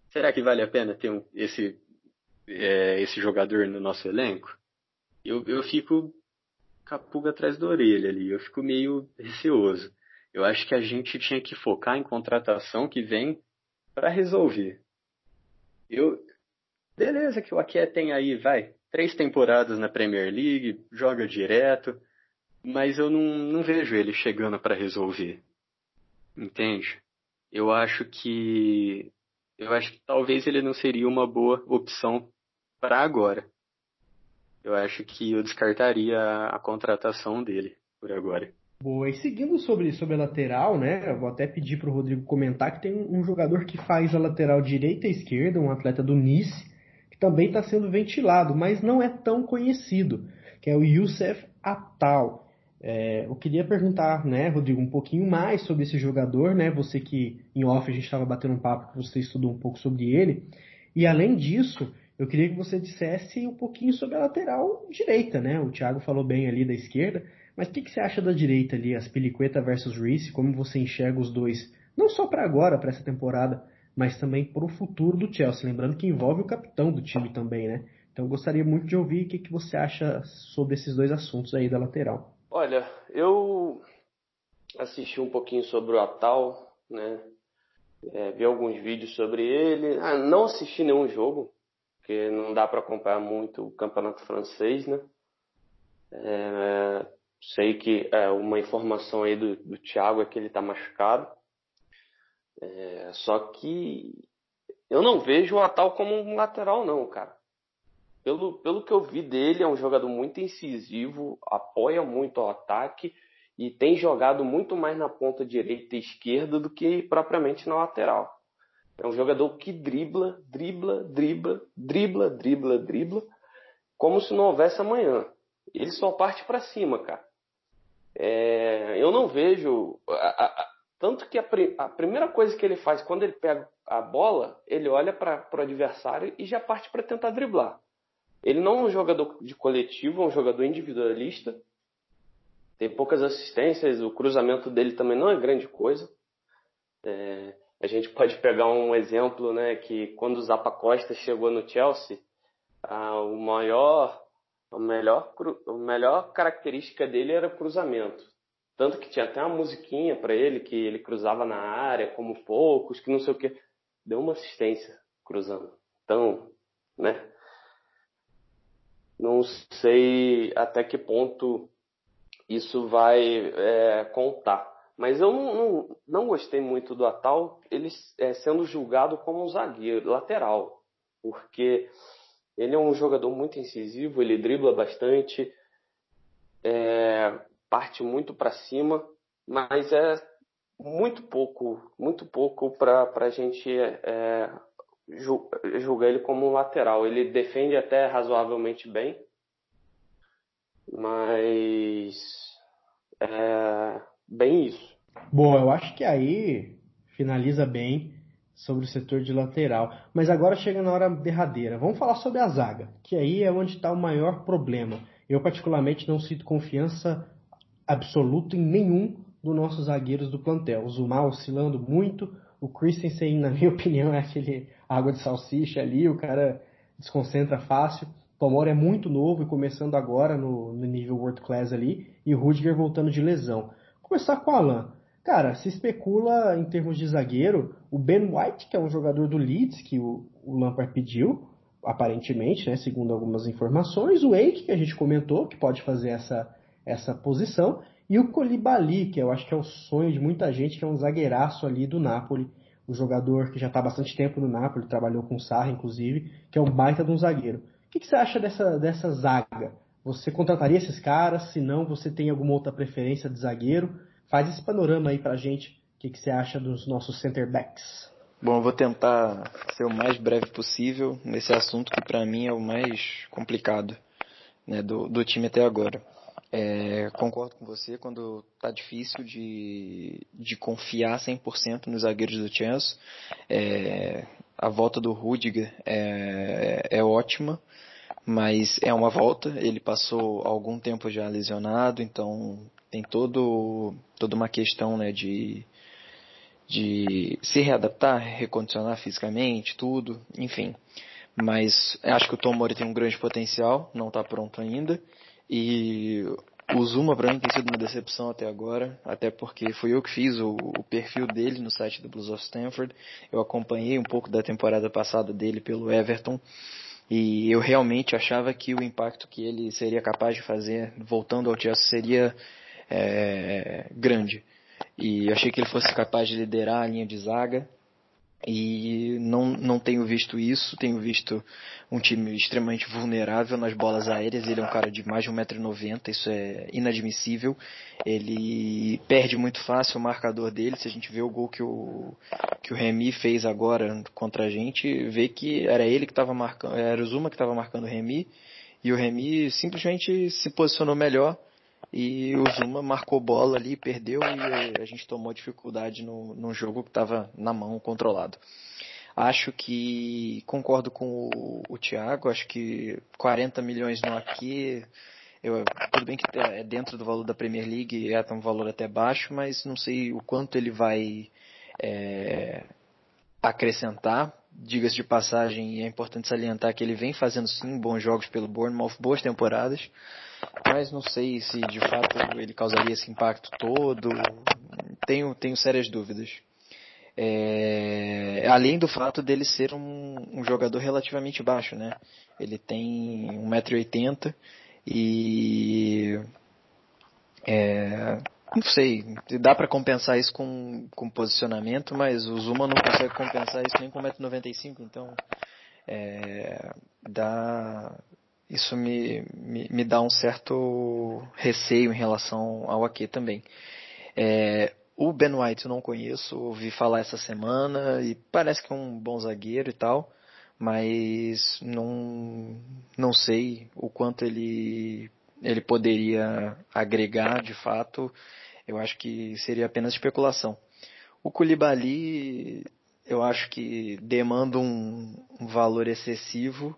será que vale a pena ter um, esse, é, esse jogador no nosso elenco? Eu, eu fico com a pulga atrás da orelha ali, eu fico meio receoso. Eu acho que a gente tinha que focar em contratação que vem para resolver. Eu, beleza que o Ake tem aí, vai, três temporadas na Premier League, joga direto, mas eu não, não vejo ele chegando para resolver. Entende? Eu acho que eu acho que talvez ele não seria uma boa opção para agora. Eu acho que eu descartaria a, a contratação dele por agora. Boa, e seguindo sobre, sobre a lateral, né? Eu vou até pedir para o Rodrigo comentar que tem um, um jogador que faz a lateral direita e esquerda, um atleta do Nice, que também está sendo ventilado, mas não é tão conhecido, que é o Youssef Attal. É, eu queria perguntar, né, Rodrigo, um pouquinho mais sobre esse jogador, né? Você que em off a gente estava batendo um papo, que você estudou um pouco sobre ele. E além disso, eu queria que você dissesse um pouquinho sobre a lateral direita, né? O Thiago falou bem ali da esquerda, mas o que, que você acha da direita ali, Azpilicueta versus Reece? Como você enxerga os dois, não só para agora, para essa temporada, mas também para o futuro do Chelsea? Lembrando que envolve o capitão do time também, né? Então eu gostaria muito de ouvir o que, que você acha sobre esses dois assuntos aí da lateral. Olha, eu assisti um pouquinho sobre o Attal, né? É, vi alguns vídeos sobre ele. Ah, não assisti nenhum jogo, porque não dá para acompanhar muito o campeonato francês, né? É, sei que é, uma informação aí do, do Thiago é que ele tá machucado. É, só que eu não vejo o Attal como um lateral, não, cara. Pelo, pelo que eu vi dele, é um jogador muito incisivo, apoia muito ao ataque e tem jogado muito mais na ponta direita e esquerda do que propriamente na lateral. É um jogador que dribla, dribla, dribla, dribla, dribla, dribla, como se não houvesse amanhã. Ele só parte para cima, cara. É, eu não vejo... A, a, tanto que a, a primeira coisa que ele faz quando ele pega a bola, ele olha para o adversário e já parte para tentar driblar. Ele não é um jogador de coletivo, é um jogador individualista. Tem poucas assistências, o cruzamento dele também não é grande coisa. É, a gente pode pegar um exemplo, né, que quando o Zappa Costa chegou no Chelsea, a, o maior, a melhor, a melhor característica dele era o cruzamento. Tanto que tinha até uma musiquinha para ele, que ele cruzava na área, como poucos, que não sei o que. Deu uma assistência cruzando. Então, né? Não sei até que ponto isso vai é, contar. Mas eu não, não, não gostei muito do Attal, ele é, sendo julgado como um zagueiro, lateral. Porque ele é um jogador muito incisivo, ele dribla bastante, é, parte muito para cima, mas é muito pouco, muito pouco para a gente é, julgar ele como um lateral. Ele defende até razoavelmente bem, mas é bem isso. Bom, eu acho que aí finaliza bem sobre o setor de lateral. Mas agora chega na hora derradeira. Vamos falar sobre a zaga, que aí é onde está o maior problema. Eu particularmente não sinto confiança absoluta em nenhum dos nossos zagueiros do plantel. O Zuma oscilando muito, o Christensen, na minha opinião, é aquele água de salsicha ali, o cara desconcentra fácil. O Tomori é muito novo e começando agora no, no nível World Class ali, e o Rudiger voltando de lesão. Vou começar com o Alan. Cara, se especula em termos de zagueiro, o Ben White, que é um jogador do Leeds, que o, o Lampard pediu, aparentemente, né, segundo algumas informações, o Eike, que a gente comentou, que pode fazer essa, essa posição, e o Koulibaly, que eu acho que é o sonho de muita gente, que é um zagueiraço ali do Napoli, o jogador que já está há bastante tempo no Napoli, trabalhou com o Sarri, inclusive, que é um baita de um zagueiro. O que, que você acha dessa, dessa zaga? Você contrataria esses caras? Se não, você tem alguma outra preferência de zagueiro? Faz esse panorama aí pra gente. O que, que você acha dos nossos center backs? Bom, eu vou tentar ser o mais breve possível nesse assunto que para mim é o mais complicado, né, do, do time até agora. É, concordo com você quando tá difícil de, de confiar cem por cento nos zagueiros do Chelsea. É, a volta do Rudiger é, é ótima, mas é uma volta. Ele passou algum tempo já lesionado, então tem todo, toda uma questão, né, de, de se readaptar, recondicionar fisicamente, tudo, enfim. Mas acho que o Tomori tem um grande potencial, não está pronto ainda. E o Zuma para mim tem sido uma decepção até agora, até porque fui eu que fiz o, o perfil dele no site do Blues of Stanford. Eu acompanhei um pouco da temporada passada dele pelo Everton e eu realmente achava que o impacto que ele seria capaz de fazer voltando ao Chelsea seria é, grande. E achei que ele fosse capaz de liderar a linha de zaga. E não, não tenho visto isso, tenho visto um time extremamente vulnerável nas bolas aéreas. Ele é um cara de mais de um metro e noventa, isso é inadmissível. Ele perde muito fácil o marcador dele. Se a gente vê o gol que o, que o Remy fez agora contra a gente, vê que era ele que estava marcando, era o Zuma que estava marcando o Remy, e o Remy simplesmente se posicionou melhor. E o Zuma marcou bola ali, perdeu e a gente tomou dificuldade no, no jogo que estava na mão, controlado. Acho que, concordo com o, o Thiago, acho que quarenta milhões no aqui, eu, tudo bem que é dentro do valor da Premier League, é um valor até baixo, mas não sei o quanto ele vai é, acrescentar. Diga-se de passagem, é importante salientar que ele vem fazendo sim bons jogos pelo Bournemouth, boas temporadas, mas não sei se de fato ele causaria esse impacto todo. Tenho, tenho sérias dúvidas. É, além do fato dele ser um, um jogador relativamente baixo, né? Ele tem um metro e oitenta e é, não sei, dá para compensar isso com, com posicionamento, mas o Zuma não consegue compensar isso nem com um metro e noventa e cinco, então é, dá, isso me, me, me dá um certo receio em relação ao Ake também. É, o Ben White eu não conheço, ouvi falar essa semana e parece que é um bom zagueiro e tal, mas não, não sei o quanto ele, ele poderia agregar de fato. Eu acho que seria apenas especulação. O Koulibaly, eu acho que demanda um, um valor excessivo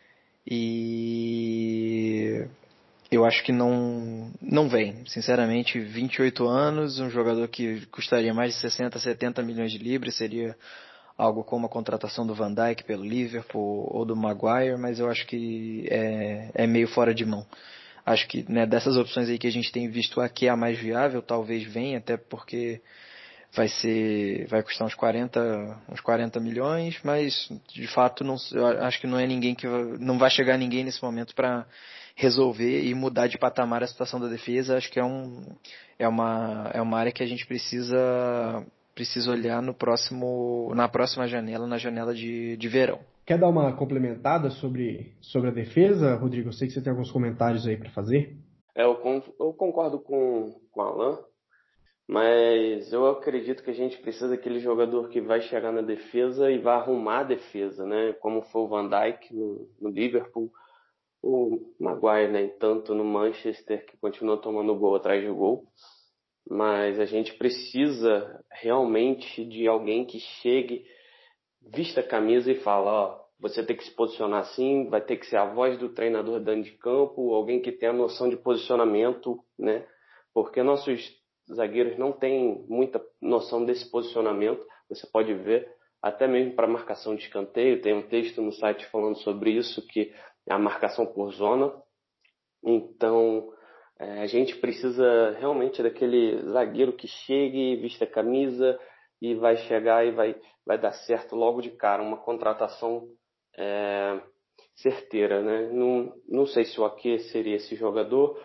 e eu acho que não, não vem. Sinceramente, vinte e oito anos, um jogador que custaria mais de sessenta, setenta milhões de libras, seria algo como a contratação do Van Dijk pelo Liverpool ou do Maguire, mas eu acho que é, é meio fora de mão. Acho que, né, dessas opções aí que a gente tem visto, aqui é a mais viável, talvez venha, até porque vai ser, vai custar uns quarenta, uns quarenta milhões, mas de fato não, eu acho que não é ninguém que não vai chegar ninguém nesse momento para resolver e mudar de patamar a situação da defesa. Acho que é um é uma é uma área que a gente precisa precisa olhar no próximo na próxima janela, na janela de, de verão. Quer dar uma complementada sobre, sobre a defesa, Rodrigo? Eu sei que você tem alguns comentários aí para fazer. É, eu, eu concordo com, com o Alan, mas eu acredito que a gente precisa daquele jogador que vai chegar na defesa e vai arrumar a defesa, né? Como foi o Van Dijk no, no Liverpool, o Maguire, né? Tanto no Manchester, que continua tomando gol atrás de gol. Mas a gente precisa realmente de alguém que chegue, vista a camisa e fala, ó, você tem que se posicionar assim, vai ter que ser a voz do treinador dentro de campo, alguém que tenha noção de posicionamento, né? Porque nossos zagueiros não têm muita noção desse posicionamento. Você pode ver, até mesmo para marcação de escanteio, tem um texto no site falando sobre isso, que é a marcação por zona. Então, é, a gente precisa realmente daquele zagueiro que chegue, vista a camisa e vai chegar e vai, vai dar certo logo de cara, uma contratação é, certeira, né? Não, não sei se o Ake seria esse jogador.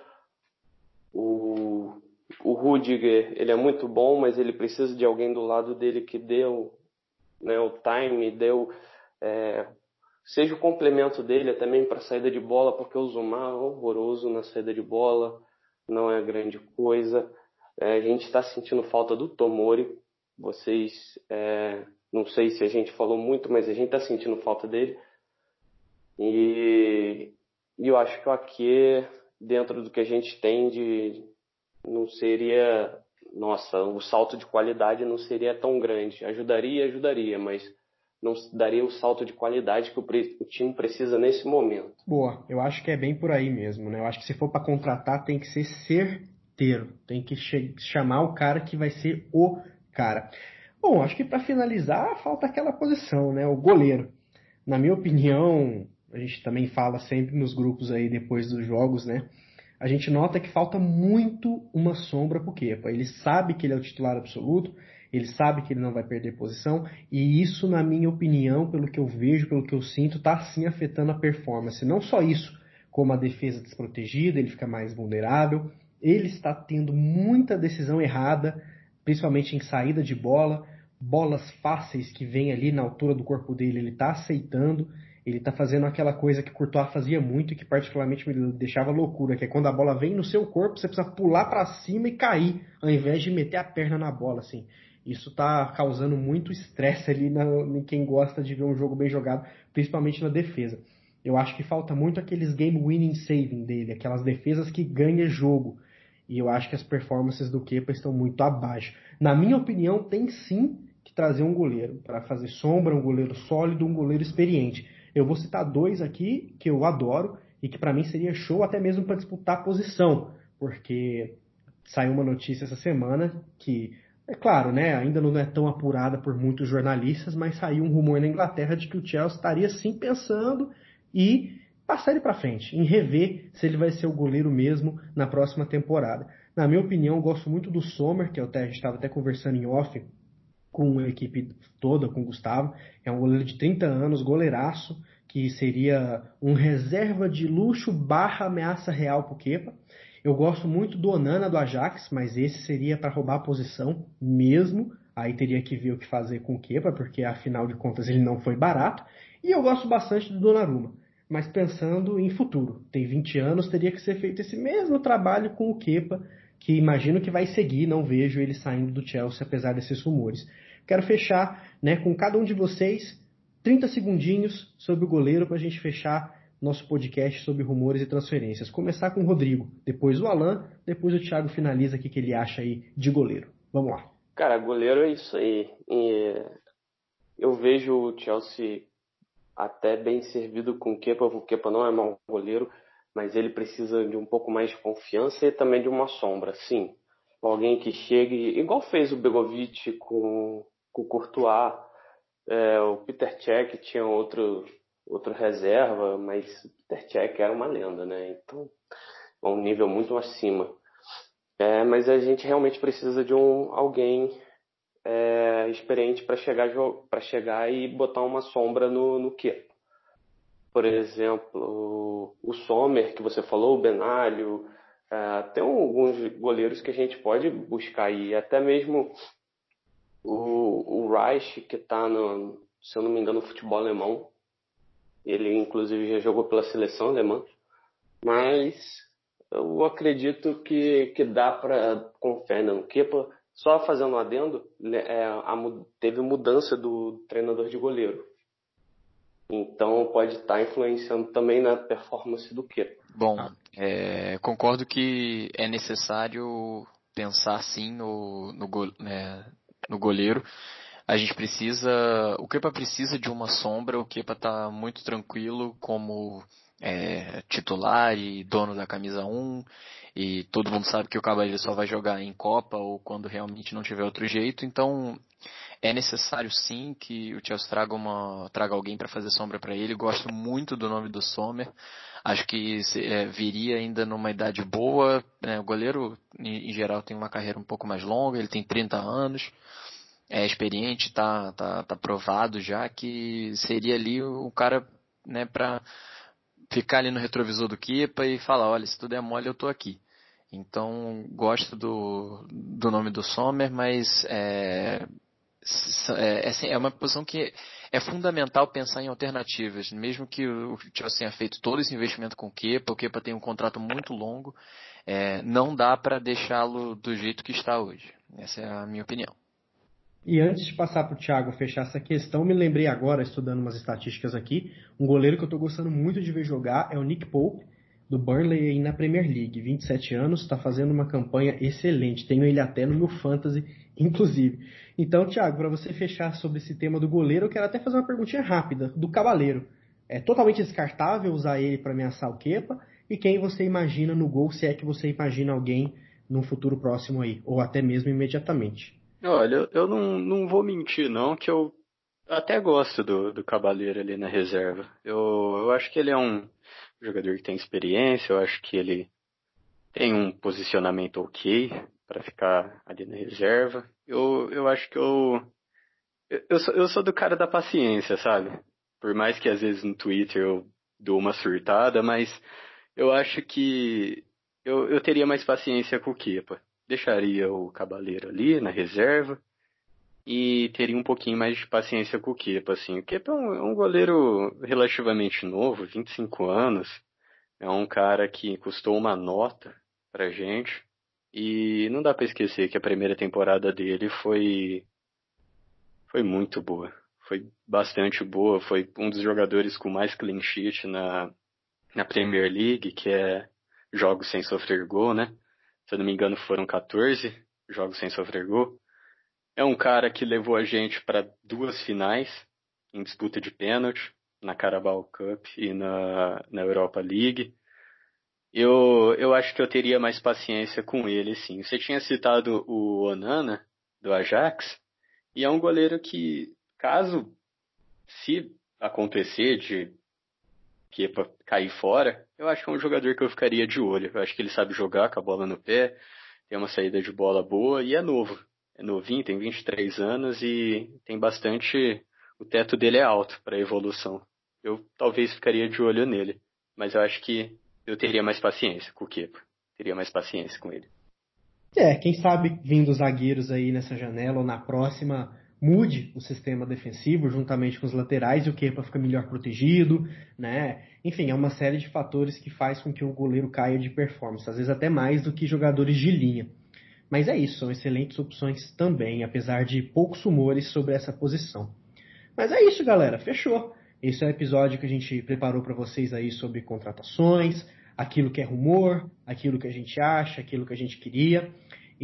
O, o Rudiger, ele é muito bom, mas ele precisa de alguém do lado dele que dê o, né, o time, dê o, é, seja o complemento dele também para a saída de bola, porque o Zuma é horroroso na saída de bola, não é grande coisa. É, a gente está sentindo falta do Tomori. Vocês, é, não sei se a gente falou muito, mas a gente está sentindo falta dele. E, e eu acho que o Ake, dentro do que a gente tem, de, não seria, nossa, o salto de qualidade não seria tão grande. Ajudaria, ajudaria, mas não daria o salto de qualidade que o, o time precisa nesse momento. Boa, eu acho que é bem por aí mesmo, né? Eu acho que se for para contratar tem que ser certeiro, tem que chamar o cara que vai ser o cara. Bom, acho que para finalizar, falta aquela posição, né? O goleiro. Na minha opinião, a gente também fala sempre nos grupos aí depois dos jogos, né? A gente nota que falta muito uma sombra pro Kepa. Ele sabe que ele é o titular absoluto, ele sabe que ele não vai perder posição, e isso, na minha opinião, pelo que eu vejo, pelo que eu sinto, tá sim afetando a performance. Não só isso, como a defesa desprotegida, ele fica mais vulnerável, ele está tendo muita decisão errada, principalmente em saída de bola, bolas fáceis que vêm ali na altura do corpo dele, ele está aceitando, ele está fazendo aquela coisa que Courtois fazia muito e que particularmente me deixava loucura, que é quando a bola vem no seu corpo, você precisa pular para cima e cair, ao invés de meter a perna na bola, assim. Isso está causando muito estresse ali na, em quem gosta de ver um jogo bem jogado, principalmente na defesa. Eu acho que falta muito aqueles game winning saving dele, aquelas defesas que ganham jogo. E eu acho que as performances do Kepa estão muito abaixo. Na minha opinião, tem sim que trazer um goleiro para fazer sombra, um goleiro sólido, um goleiro experiente. Eu vou citar dois aqui que eu adoro e que para mim seria show até mesmo para disputar a posição, porque saiu uma notícia essa semana que, é claro, né, ainda não é tão apurada por muitos jornalistas, mas saiu um rumor na Inglaterra de que o Chelsea estaria sim pensando em passar ele para frente, em rever se ele vai ser o goleiro mesmo na próxima temporada. Na minha opinião, eu gosto muito do Sommer, que eu até, a gente estava até conversando em off com a equipe toda, com o Gustavo. É um goleiro de trinta anos, goleiraço, que seria um reserva de luxo barra ameaça real pro Kepa. Eu gosto muito do Onana do Ajax, mas esse seria para roubar a posição mesmo. Aí teria que ver o que fazer com o Kepa, porque afinal de contas ele não foi barato. E eu gosto bastante do Donnarumma, mas pensando em futuro. Tem vinte anos, teria que ser feito esse mesmo trabalho com o Kepa, que imagino que vai seguir, não vejo ele saindo do Chelsea, apesar desses rumores. Quero fechar, né, com cada um de vocês, trinta segundinhos sobre o goleiro para a gente fechar nosso podcast sobre rumores e transferências. Começar com o Rodrigo, depois o Alan, depois o Thiago finaliza aqui o que ele acha aí de goleiro. Vamos lá. Cara, goleiro é isso aí. E eu vejo o Chelsea até bem servido com o Kepa. O Kepa não é mau goleiro, mas ele precisa de um pouco mais de confiança e também de uma sombra, sim. Alguém que chegue, igual fez o Begovic com, com o Courtois, é, o Peter Cech tinha outro, outro reserva, mas o Peter Cech era uma lenda, né? Então, é um nível muito acima. É, mas a gente realmente precisa de um, alguém é, experiente para chegar, para chegar e botar uma sombra no, no Kepa. Por exemplo, o Sommer, que você falou, o Benalho, é, tem alguns goleiros que a gente pode buscar aí, até mesmo o, o Reich, que está, se eu não me engano, no futebol alemão. Ele, inclusive, já jogou pela seleção alemã. Mas eu acredito que, que dá para confiar no Kepa. Só fazendo um adendo, é, a, teve mudança do treinador de goleiro. Então pode estar influenciando também na performance do Kepa. Bom, é, concordo que é necessário pensar sim no, no, go, né, no goleiro. A gente precisa, o Kepa precisa de uma sombra, o Kepa está muito tranquilo como é, titular e dono da camisa um, e todo mundo sabe que o Cavaleiro só vai jogar em Copa ou quando realmente não tiver outro jeito, então é necessário sim que o Chelsea traga, uma, traga alguém para fazer sombra para ele. Gosto muito do nome do Sommer, acho que é, viria ainda numa idade boa, né? O goleiro em, em geral tem uma carreira um pouco mais longa, ele tem trinta anos, é experiente, está tá, tá provado já, que seria ali o cara, né, para ficar ali no retrovisor do Kepa e falar, olha, se tudo é mole eu tô aqui. Então gosto do, do nome do Sommer, mas é, é, assim, é uma posição que é fundamental pensar em alternativas, mesmo que o Chelsea tenha feito todo esse investimento com o Kepa, o Kepa tem um contrato muito longo, é, não dá para deixá-lo do jeito que está hoje. Essa é a minha opinião. E antes de passar para o Thiago fechar essa questão, me lembrei agora, estudando umas estatísticas aqui, um goleiro que eu estou gostando muito de ver jogar é o Nick Pope, do Burnley aí na Premier League. vinte e sete anos, está fazendo uma campanha excelente. Tenho ele até no meu fantasy, inclusive. Então, Thiago, para você fechar sobre esse tema do goleiro, eu quero até fazer uma perguntinha rápida, do Cavaleiro. É totalmente descartável usar ele para ameaçar o Kepa? E quem você imagina no gol, se é que você imagina alguém num futuro próximo aí, ou até mesmo imediatamente? Olha, eu, eu não, não vou mentir não, que eu até gosto do, do Cavaleiro ali na reserva. Eu, eu acho que ele é um jogador que tem experiência, eu acho que ele tem um posicionamento ok para ficar ali na reserva. Eu, eu acho que eu, eu, eu, sou, eu sou do cara da paciência, sabe? Por mais que às vezes no Twitter eu dou uma surtada, mas eu acho que eu, eu teria mais paciência com o Kepa. Deixaria o Cavaleiro ali na reserva e teria um pouquinho mais de paciência com o Kepa, assim. O Kepa é um, é um goleiro relativamente novo, vinte e cinco anos. É um cara que custou uma nota pra gente. E não dá pra esquecer que a primeira temporada dele foi, foi muito boa. Foi bastante boa. Foi um dos jogadores com mais clean sheet na, na Premier League, que é jogos sem sofrer gol, né? Se eu não me engano, foram quatorze jogos sem sofrer gol. É um cara que levou a gente para duas finais em disputa de pênalti, na Carabao Cup e na, na Europa League. Eu, eu acho que eu teria mais paciência com ele, sim. Você tinha citado o Onana, do Ajax, e é um goleiro que, caso se acontecer de Kepa cair fora, eu acho que é um jogador que eu ficaria de olho. Eu acho que ele sabe jogar com a bola no pé, tem uma saída de bola boa e é novo. É novinho, tem vinte e três anos e tem bastante... O teto dele é alto para evolução. Eu talvez ficaria de olho nele, mas eu acho que eu teria mais paciência com o Kepa. Teria mais paciência com ele. É, quem sabe vindo zagueiros aí nessa janela ou na próxima, mude o sistema defensivo juntamente com os laterais e o Kepa fica melhor protegido, né? Enfim, é uma série de fatores que faz com que o goleiro caia de performance, às vezes até mais do que jogadores de linha. Mas é isso, são excelentes opções também, apesar de poucos rumores sobre essa posição. Mas é isso, galera, fechou. Esse é o episódio que a gente preparou para vocês aí sobre contratações, aquilo que é rumor, aquilo que a gente acha, aquilo que a gente queria.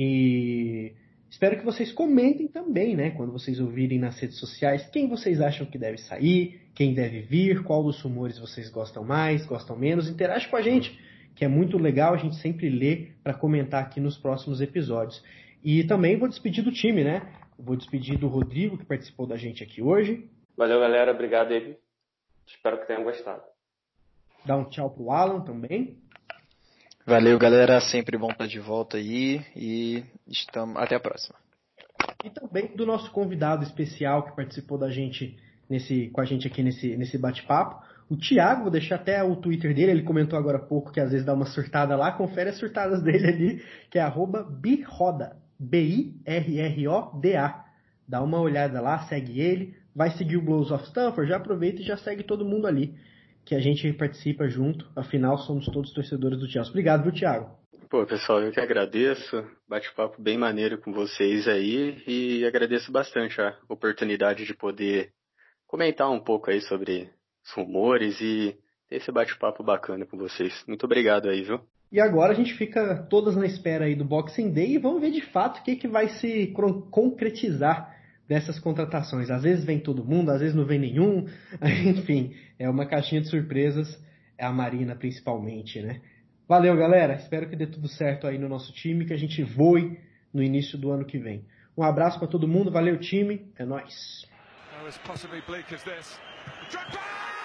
E espero que vocês comentem também, né, quando vocês ouvirem nas redes sociais, quem vocês acham que deve sair, quem deve vir, qual dos rumores vocês gostam mais, gostam menos. Interage com a gente, que é muito legal, a gente sempre lê para comentar aqui nos próximos episódios. E também vou despedir do time, né? Vou despedir do Rodrigo, que participou da gente aqui hoje. Valeu, galera. Obrigado aí. Espero que tenham gostado. Dá um tchau pro Alan também. Valeu, galera. Sempre bom estar de volta aí. E estamos... até a próxima. E também do nosso convidado especial que participou da gente nesse, com a gente aqui nesse, nesse bate-papo. O Thiago, vou deixar até o Twitter dele, ele comentou agora há pouco que às vezes dá uma surtada lá, confere as surtadas dele ali, que é arroba birroda, B I R R O D A. Dá uma olhada lá, segue ele, vai seguir o Blues of Stanford, já aproveita e já segue todo mundo ali, que a gente participa junto, afinal somos todos torcedores do Chelsea. Obrigado, viu, Thiago? Pô, pessoal, eu que agradeço, bate-papo bem maneiro com vocês aí, e agradeço bastante a oportunidade de poder comentar um pouco aí sobre os rumores e ter esse bate-papo bacana com vocês. Muito obrigado aí, viu? E agora a gente fica todas na espera aí do Boxing Day e vamos ver de fato o que, que vai se concretizar dessas contratações. Às vezes vem todo mundo, às vezes não vem nenhum. Enfim, é uma caixinha de surpresas, é a Marina principalmente, né? Valeu, galera. Espero que dê tudo certo aí no nosso time, que a gente voe no início do ano que vem. Um abraço para todo mundo, valeu time, é nóis.